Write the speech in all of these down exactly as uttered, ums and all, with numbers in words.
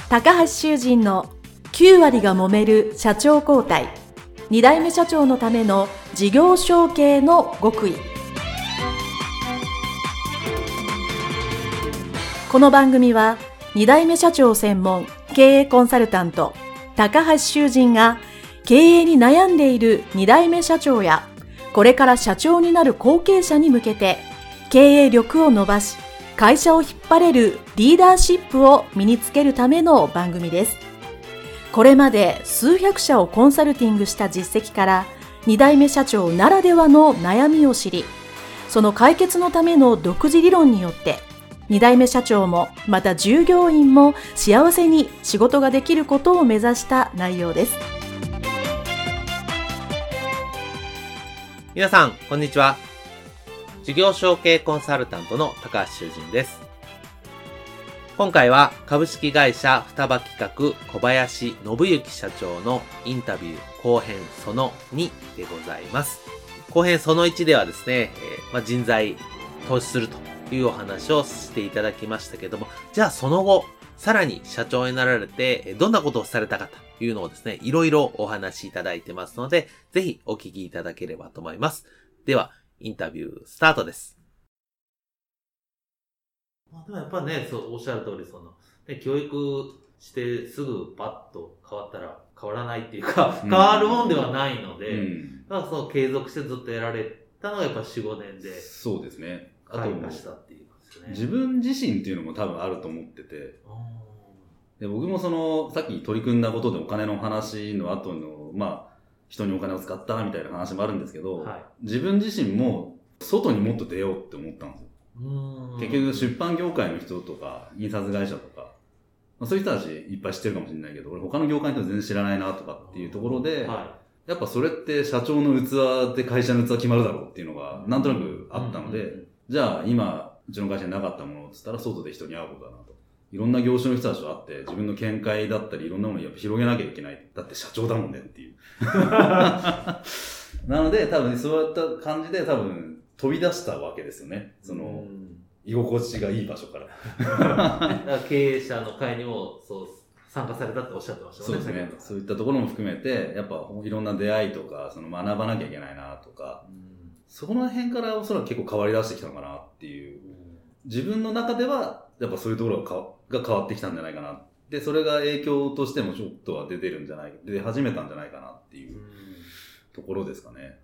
高橋修人のきゅう割が揉める社長交代、に代目社長のための事業承継の極意。この番組はに代目社長専門経営コンサルタント高橋修人が経営に悩んでいるに代目社長やこれから社長になる後継者に向けて経営力を伸ばし会社を引っ張れるリーダーシップを身につけるための番組です。これまで数百社をコンサルティングした実績からに代目社長ならではの悩みを知り、その解決のための独自理論によってに代目社長もまた従業員も幸せに仕事ができることを目指した内容です。 皆さんこんにちは。事業承継コンサルタントの高橋修人です。今回は株式会社双葉企画小林信之社長のインタビュー後編そのにでございます。後編そのいちではですね、えーまあ、人材投資するというお話をしていただきましたけども、じゃあその後さらに社長になられてどんなことをされたかというのをですね、いろいろお話しいただいてますので、ぜひお聞きいただければと思います。ではインタビュースタートです。まあ、でもやっぱね、そうおっしゃる通り、その、ね、教育してすぐパッと変わったら変わらないっていうか、変わるもんではないので、うん、だからそう継続してずっとやられたのがやっぱよん、ごねんで。 そうですね。 あと、したっていうことですね。 自分自身っていうのも多分あると思ってて、で僕もその、さっき取り組んだことでお金の話の後の、まあ、人にお金を使ったみたいな話もあるんですけど、はい、自分自身も外にもっと出ようって思ったんですよ。うん結局出版業界の人とか印刷会社とか、まあ、そういう人たちいっぱい知ってるかもしれないけど、俺他の業界の人全然知らないなとかっていうところで、はい、やっぱそれって社長の器で会社の器決まるだろうっていうのがなんとなくあったので、うんうんうん、じゃあ今うちの会社になかったものをつったら外で人に会うことだなと。いろんな業種の人たちと会って自分の見解だったりいろんなものをやっぱ広げなきゃいけない。だって社長だもんねっていう。なので多分そういった感じで多分飛び出したわけですよね。その、居心地がいい場所から。 だから経営者の会にもそう参加されたっておっしゃってましたもんね。 そうですね。そういったところも含めて、やっぱいろんな出会いとか、その学ばなきゃいけないなとか、そこの辺からおそらく結構変わり出してきたのかなっていう。自分の中では、やっぱそういうところがが変わってきたんじゃないかな。で、それが影響としてもちょっとは出てるんじゃない、出始めたんじゃないかなっていうところですかね。なる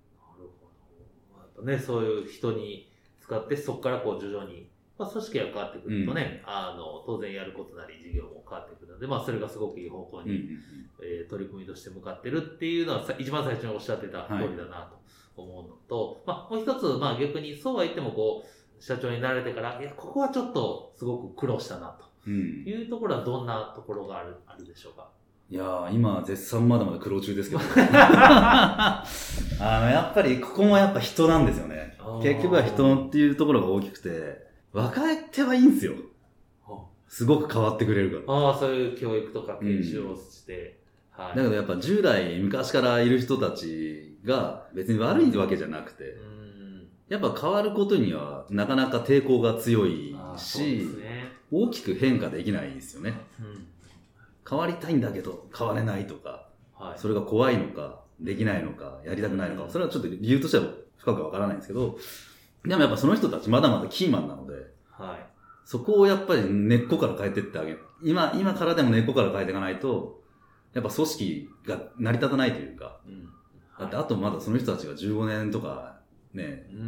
ほど。やっぱね、そういう人に使って、そこからこう徐々に、まあ組織が変わってくるとね、うん、あの、当然やることなり事業も変わってくるので、まあそれがすごくいい方向に、うんうんうんえー、取り組みとして向かってるっていうのは、一番最初におっしゃってた通りだなと思うのと、はい、まあもう一つ、まあ逆にそうは言ってもこう、社長になられてから、いや、ここはちょっとすごく苦労したなと。うん、いうところはどんなところがある、あるでしょうか。 いやー、今絶賛まだまだ苦労中ですけど、あの、やっぱりここもやっぱ人なんですよね。結局は人っていうところが大きくて、若い手はいいんですよ。すごく変わってくれるから。 ああ、そういう教育とか研修をして、 うんはい、だけどやっぱ従来昔からいる人たちが別に悪いわけじゃなくて、うんやっぱ変わることにはなかなか抵抗が強いし、大きく変化できないですよね、うん、変わりたいんだけど変われないとか、はい、それが怖いのかできないのかやりたくないのか、うん、それはちょっと理由としては深くわからないんですけど、でもやっぱその人たちまだまだキーマンなので、はい、そこをやっぱり根っこから変えていってあげる。今今からでも根っこから変えていかないとやっぱ組織が成り立たないというか、うんはい、だってあとまだその人たちがじゅうごねんとかね、うん、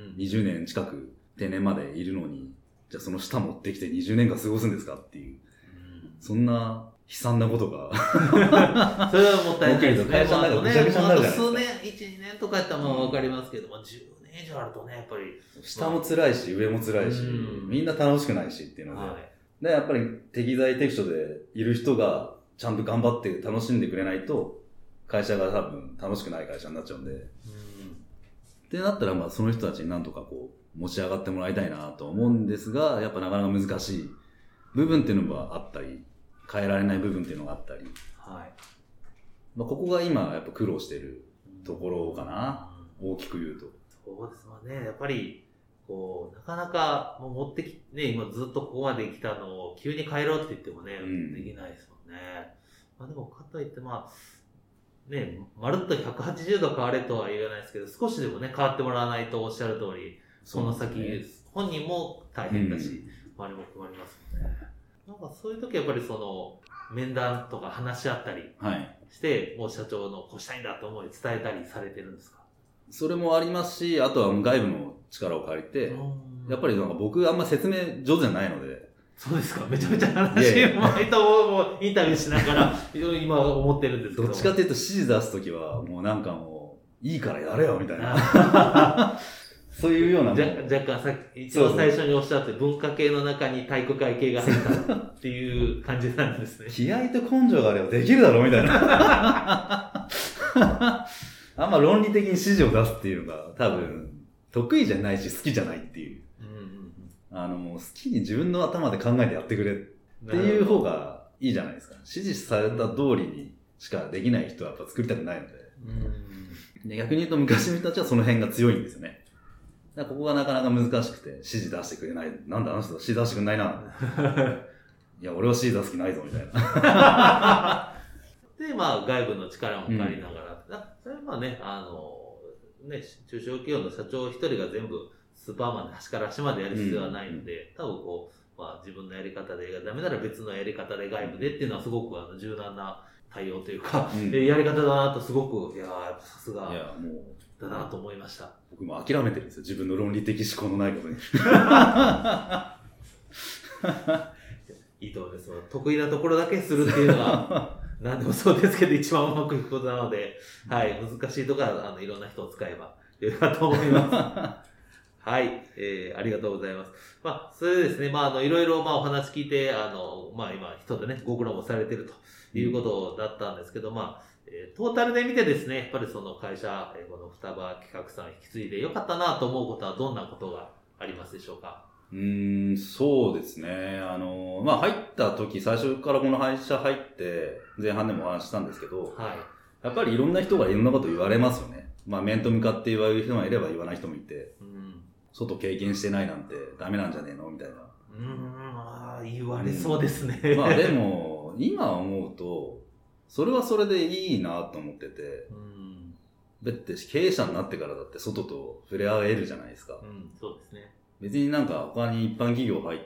にじゅうねん近く定年までいるのに、じゃあその下持ってきてにじゅうねんかん過ごすんですかっていう、うん、そんな悲惨なことがそれはもったいないですね。 会社の中でぐちゃぐちゃになるじゃないですか。 数年、いち、にねんとかやったらもうわかりますけども、じゅうねん以上あるとね、やっぱり下も辛いし上も辛いし、うん、みんな楽しくないしっていうので、はい、でやっぱり適材適所でいる人がちゃんと頑張って楽しんでくれないと会社が多分楽しくない会社になっちゃうんで、うん、ってなったらまあその人たちになんとかこう持ち上がってもらいたいなと思うんですが、やっぱなかなか難しい部分っていうのがあったり、変えられない部分っていうのがあったり、はいまあ、ここが今やっぱ苦労してるところかな、うん、大きく言うと。 そうですもんね。やっぱりここう、なかなかもう持ってきて、ね、今ずっとここまで来たのを急に変えろって言ってもね、うん、できないですもんね。まあでも、かといって、まあ、ね、まるっとひゃくはちじゅうど変われとは言わないですけど、少しでもね、変わってもらわないとおっしゃる通り、その先、ね、本人も大変だし、うん、周りも困りますもんね。なんかそういう時はやっぱりその、面談とか話し合ったりして、はい、もう社長のこうしたいんだと思い伝えたりされてるんですか？それもありますし、あとは外部の力を借りて、やっぱりなんか僕あんま説明上手じゃないので。 そうですか。めちゃめちゃ話うまいともうインタビューしながら今思ってるんですけど。 どっちかっていうと指示出すときはもうなんかもういいからやれよみたいな。そういうような。 若干さっき一番最初におっしゃって文化系の中に体育会系が入ったっていう感じなんですね。 気合と根性があればできるだろみたいな。あんま論理的に指示を出すっていうのが多分得意じゃないし好きじゃないっていう。うんうんうん、あのもう好きに自分の頭で考えてやってくれっていう方がいいじゃないですか。指示された通りにしかできない人はやっぱ作りたくないので。うん、で逆に言うと昔の人たちはその辺が強いんですよね。だからここがなかなか難しくて指示出してくれない。なんだあの人指示出してくれないな。いや俺は指示出す気ないぞみたいな。 でまあ外部の力も借りながら、うん、それはまあねあのね中小企業の社長一人が全部スーパーマンで端から端までやる必要はないので、うん、多分こうまあ自分のやり方でダメなら別のやり方で外部でっていうのはすごくあの柔軟な対応というか、うん、やり方だなとすごくいややっぱさすが。いやもうだなと思いました。 僕も諦めてるんですよ。自分の論理的思考のないことに。 いいと思います。得意なところだけするっていうのは、何でもそうですけど、一番うまくいくことなので、はい、難しいところは、あの、いろんな人を使えばよいかと思います。はい、えー、ありがとうございます。まあ、それでですね、まあ、あの、いろいろ、まあ、お話聞いて、あの、まあ、今、人でね、ご苦労もされてるということだったんですけど、うん、まあ、えー、トータルで見てですね、やっぱりその会社、えー、この双葉企画さん引き継いでよかったなと思うことはどんなことがありますでしょうか？ うーん、そうですね。あの、まあ、入った時、最初からこの会社入って、前半でもお話ししたんですけど、はい。やっぱりいろんな人がいろんなこと言われますよね。まあ、面と向かって言われる人もいれば言わない人もいて、うん。外経験してないなんてダメなんじゃねえのみたいな。 うーん、ああ、言われそうですね。 うん、まあ、でも、今思うと、それはそれでいいなと思ってて、うん、だって経営者になってからだって外と触れ合えるじゃないですか。 うん、そうですね。 別になんか他に一般企業入って、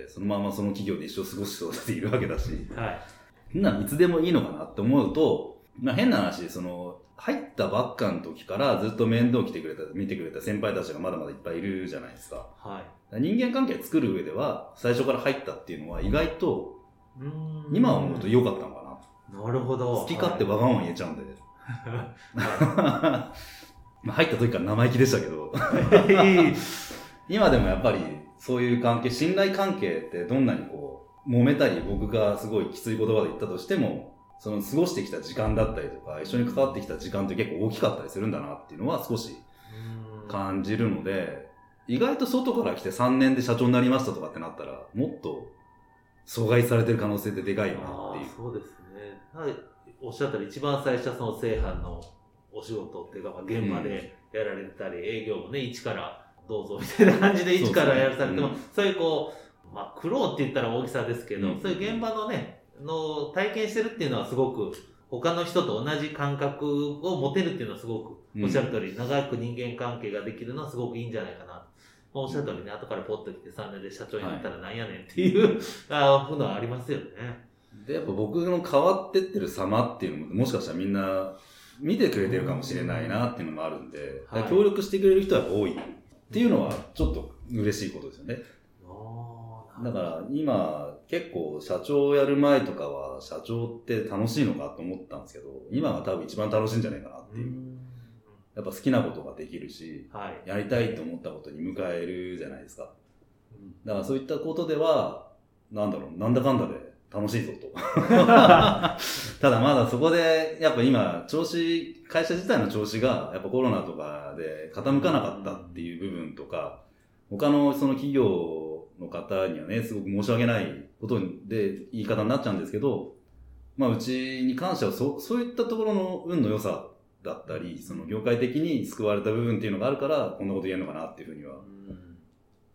そのままその企業で一生過ごす人だっているわけだし、はい。そんなのいつでもいいのかなって思うと、まあ変な話、その、入ったばっかの時からずっと面倒来てくれた、見てくれた先輩たちがまだまだいっぱいいるじゃないですか。はい。人間関係作る上では、最初から入ったっていうのは意外と、今思うと良かったのかな。 なるほど。 好き勝手わがまま言えちゃうんで。まあ入った時から生意気でしたけど。今でもやっぱりそういう関係、信頼関係ってどんなにこう、揉めたり僕がすごいきつい言葉で言ったとしても、その過ごしてきた時間だったりとか、一緒に関わってきた時間って結構大きかったりするんだなっていうのは少し感じるので、意外と外から来てさんねんで社長になりましたとかってなったら、もっと阻害されてる可能性ってでかいよなっていう。 そうですね。はい。おっしゃったら一番最初はその正販のお仕事っていうか、まあ、現場でやられてたり、うん、営業もね、一からどうぞみたいな感じで一からやらされても、そう、ねうん、そういうこう、まあ苦労って言ったら大きさですけど、うん、そういう現場のね、の体験してるっていうのはすごく、他の人と同じ感覚を持てるっていうのはすごく、おっしゃる通り、長く人間関係ができるのはすごくいいんじゃないかな。おっしゃる通りね、後からポッと来てさんねんで社長になったらなんやねんっていう、はい、ふうのはありますよね。 で、やっぱ僕の変わってってる様っていうのも、もしかしたらみんな見てくれてるかもしれないなっていうのもあるんで、はい、協力してくれる人は多いっていうのはちょっと嬉しいことですよね。だから今結構社長をやる前とかは社長って楽しいのかと思ったんですけど、今が多分一番楽しいんじゃないかなっていう。やっぱ好きなことができるし、はい、やりたいと思ったことに迎えるじゃないですか。だからそういったことでは、なんだろう、なんだかんだで楽しいぞと。ただまだそこで、やっぱ今、調子、会社自体の調子が、やっぱコロナとかで傾かなかったっていう部分とか、他のその企業の方にはね、すごく申し訳ないことで言い方になっちゃうんですけど、まあうちに関してはそ、そういったところの運の良さだったり、その業界的に救われた部分っていうのがあるから、こんなこと言えるのかなっていうふうには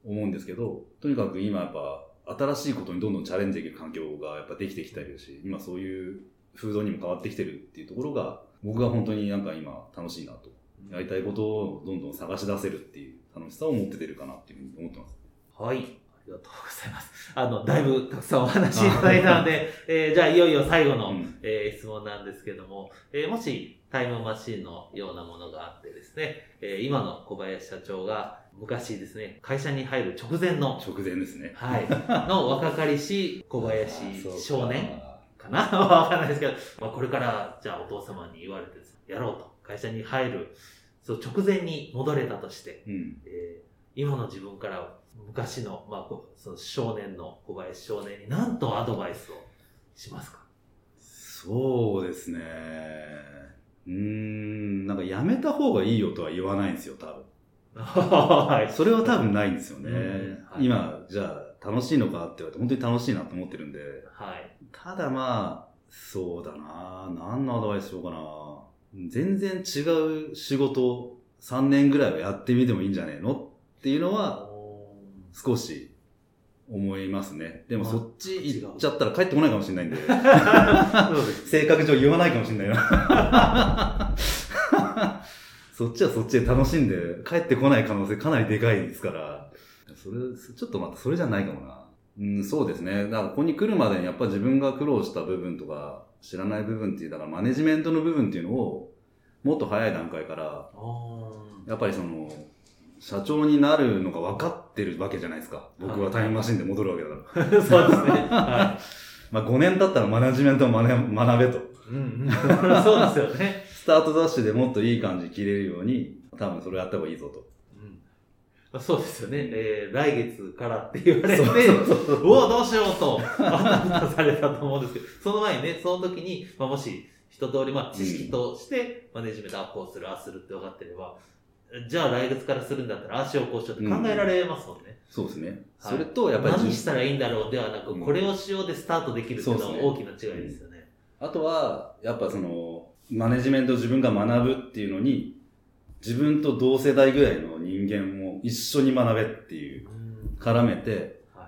思うんですけど、とにかく今やっぱ新しいことにどんどんチャレンジできる環境がやっぱできてきたりるし、今そういう風土にも変わってきてるっていうところが、僕が本当になんか今楽しいなと。やりたいことをどんどん探し出せるっていう楽しさを持って出るかなっていうふうに思ってます。 はい。ありがとうございます。あの、だいぶたくさんお話しいただいたので、えー、じゃあいよいよ最後の、うん、えー、質問なんですけども、えー、もしタイムマシンのようなものがあってですね、えー、今の小林社長が昔ですね、会社に入る直前の、 直前ですね。 はい。の若かりし小林少年かなわかんないですけど、まあ、これからじゃあお父様に言われてやろうと、会社に入る、そう直前に戻れたとして、うんえー、今の自分から昔の、まあ、その少年の小林少年に何とアドバイスをしますか？ そうですね。うーん、なんかやめた方がいいよとは言わないんですよ、多分。はい。それは多分ないんですよね。うんはい、今、じゃあ楽しいのかって言われて本当に楽しいなと思ってるんで。はい。ただまあ、そうだな何のアドバイスしようかな全然違う仕事さんねんぐらいはやってみてもいいんじゃねえのっていうのは少し思いますね。でもそっち行っちゃったら帰ってこないかもしれないんで。性格上言わないかもしれないな。そっちはそっちで楽しんで帰ってこない可能性かなりでかいですから。それ、ちょっとまたそれじゃないかもな。うん、そうですね。だからここに来るまでにやっぱ自分が苦労した部分とか知らない部分っていう、だからマネジメントの部分っていうのをもっと早い段階から、やっぱりその、社長になるのが分かってるわけじゃないですか。僕はタイムマシンで戻るわけだから。 そうですね。はい。 まあごねん経ったらマネジメントを学べと。 うんうん、そうですよね。 スタートダッシュでもっといい感じ切れるように、多分それをやった方がいいぞと。 そうですよね。えー、来月からって言われて、そうそうそうおお、どうしようと、あたふたされたと思うんですけど、その前にね、その時に、まあ、もし、一通り、まあ、知識として、マネジメント、あ、こうする、あ、するって分かってれば、じゃあ来月からするんだったら、ああしよう、こうしようって考えられますもんね。 うん、そうですね。 はい、 それと、やっぱり。 何したらいいんだろうではなく、うん、これをしようでスタートできるっていうのは大きな違いですよね。 うん、あとは、やっぱその、マネジメントを自分が学ぶっていうのに、自分と同世代ぐらいの人間も一緒に学べっていう、絡めて、はい、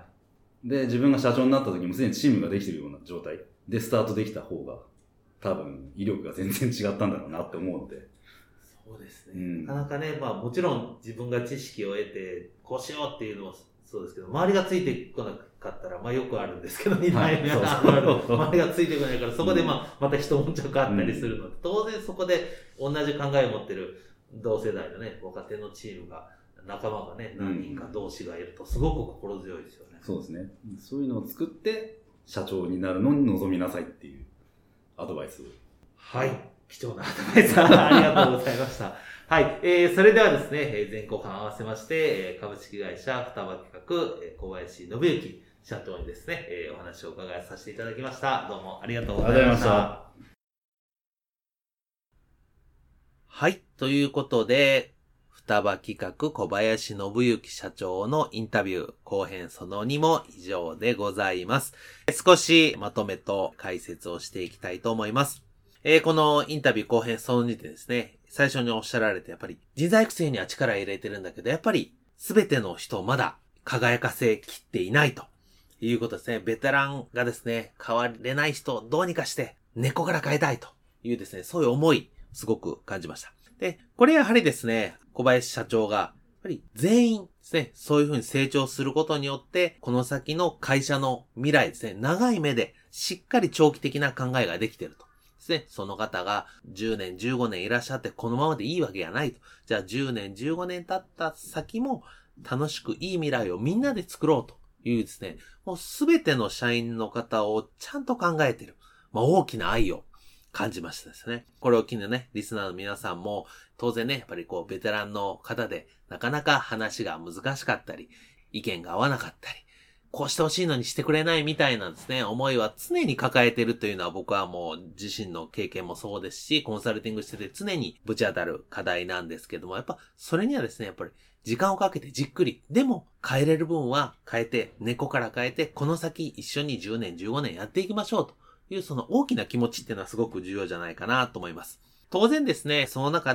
で、自分が社長になった時もすでにチームができてるような状態でスタートできた方が、多分威力が全然違ったんだろうなって思うので。 そうですね。うん、なかなかね、まあもちろん自分が知識を得て、こうしようっていうのもそうですけど、周りがついてこなかったら、まあよくあるんですけど、にだいめは周りがついてこないから、そこでまあまた一悶着あったりするので、当然そこで同じ考えを持ってる同世代のね、若手のチームが、仲間がね、何人か同士がいると、すごく心強いですよね、 うん。そうですね。そういうのを作って、社長になるのに臨みなさいっていうアドバイスを。 はい。貴重なアドバイスありがとうございました。はい。えー、それではですね、前後半合わせまして、株式会社双葉企画、小林信之社長にですね、お話を伺いさせていただきました。どうもありがとうございました。はい。ということで、双葉企画小林信之社長のインタビュー後編そのにも以上でございます。少しまとめと解説をしていきたいと思います。えー、このインタビュー後編そのにでですね、最初におっしゃられてやっぱり人材育成には力を入れてるんだけど、やっぱり全ての人をまだ輝かせきっていないということですね。ベテランがですね、変われない人をどうにかして根っこから変えたいというですね、そういう思いすごく感じました。で、これやはりですね、小林社長が、やっぱり全員ですね、そういうふうに成長することによって、この先の会社の未来ですね、長い目でしっかり長期的な考えができていると。ですね、その方がじゅうねん、じゅうごねんいらっしゃってこのままでいいわけがないと。じゃあじゅうねん、じゅうごねん経った先も楽しくいい未来をみんなで作ろうというですね、もうすべての社員の方をちゃんと考えている。まあ大きな愛を感じましたですね。これを機にね、リスナーの皆さんも、当然ね、やっぱりこう、ベテランの方で、なかなか話が難しかったり、意見が合わなかったり、こうしてほしいのにしてくれないみたいなですね、思いは常に抱えているというのは僕はもう自身の経験もそうですし、コンサルティングしてて常にぶち当たる課題なんですけども、やっぱそれにはですね、やっぱり時間をかけてじっくり、でも変えれる分は変えて、根っこから変えて、この先一緒にじゅうねん、じゅうごねんやっていきましょうと。いうその大きな気持ちっていうのはすごく重要じゃないかなと思います。当然ですね、その中で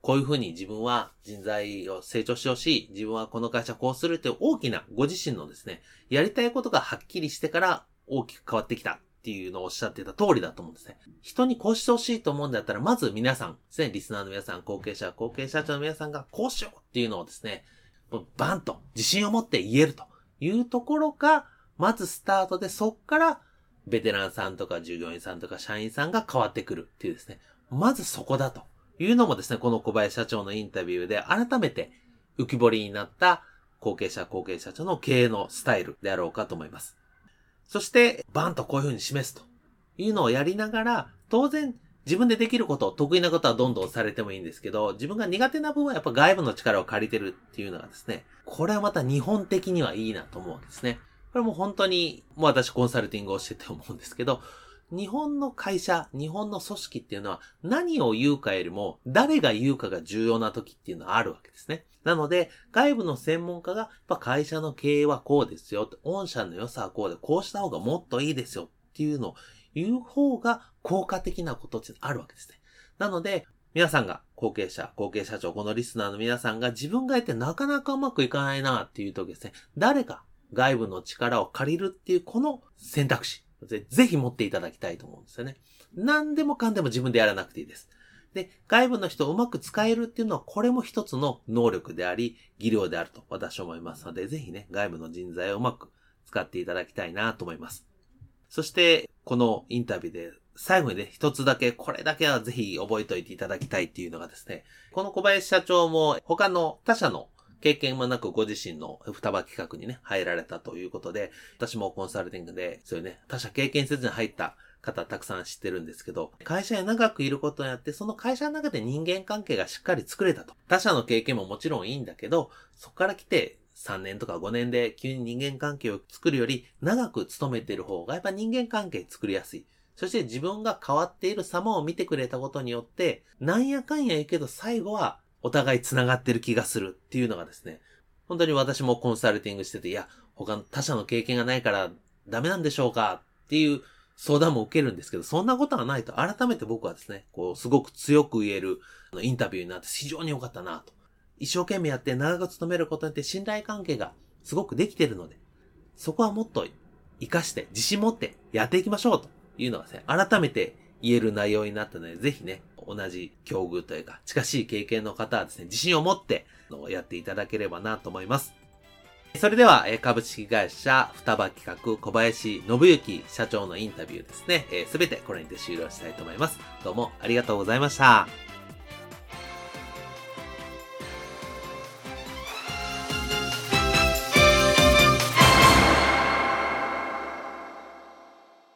こういうふうに自分は人材を成長してほしい、自分はこの会社こうするっていう大きなご自身のですね、やりたいことがはっきりしてから大きく変わってきたっていうのをおっしゃってた通りだと思うんですね。人にこうしてほしいと思うんだったら、まず皆さんですね、リスナーの皆さん、後継者、後継社長の皆さんがこうしようっていうのをですね、バンと自信を持って言えるというところが、まずスタートで、そっからベテランさんとか従業員さんとか社員さんが変わってくるっていうですね、まずそこだというのもですね、この小林社長のインタビューで改めて浮き彫りになった後継者後継社長の経営のスタイルであろうかと思います。そしてバンとこういうふうに示すというのをやりながら、当然自分でできること、得意なことはどんどんされてもいいんですけど、自分が苦手な部分はやっぱ外部の力を借りてるっていうのがですね、これはまた日本的にはいいなと思うわけですね。これも本当に、もう私コンサルティングをしてて思うんですけど、日本の会社、日本の組織っていうのは何を言うかよりも誰が言うかが重要な時っていうのはあるわけですね。なので、外部の専門家がやっぱ会社の経営はこうですよ、御社の良さはこうで、こうした方がもっといいですよっていうのを言う方が効果的なことってあるわけですね。なので、皆さんが後継者、後継社長、このリスナーの皆さんが自分がいてなかなかうまくいかないなっていう時ですね、誰か外部の力を借りるっていうこの選択肢、ぜひ持っていただきたいと思うんですよね。何でもかんでも自分でやらなくていいです。で、外部の人をうまく使えるっていうのはこれも一つの能力であり、技量であると私は思いますので、ぜひね、外部の人材をうまく使っていただきたいなと思います。そして、このインタビューで最後にね、一つだけ、これだけはぜひ覚えておいていただきたいっていうのがですね、この小林社長も他の他社の経験もなくご自身の双葉企画にね、入られたということで、私もコンサルティングで、そういうね、他社経験せずに入った方たくさん知ってるんですけど、会社に長くいることによって、その会社の中で人間関係がしっかり作れたと。他社の経験ももちろんいいんだけど、そこから来てさんねんとかごねんで急に人間関係を作るより、長く勤めてる方がやっぱ人間関係作りやすい。そして自分が変わっている様を見てくれたことによって、なんやかんや言うけど最後は、お互い繋がってる気がするっていうのがですね、本当に私もコンサルティングしてて、いや、他の他社の経験がないからダメなんでしょうかっていう相談も受けるんですけど、そんなことはないと改めて僕はですね、こう、すごく強く言えるインタビューになって非常に良かったなと。一生懸命やって長く勤めることによって信頼関係がすごくできてるので、そこはもっと活かして自信持ってやっていきましょうというのがですね、改めて言える内容になったので、ぜひね、同じ境遇というか近しい経験の方はですね、自信を持ってやっていただければなと思います。それでは株式会社双葉企画小林信之社長のインタビューですね、すべてこれにて終了したいと思います。どうもありがとうございました。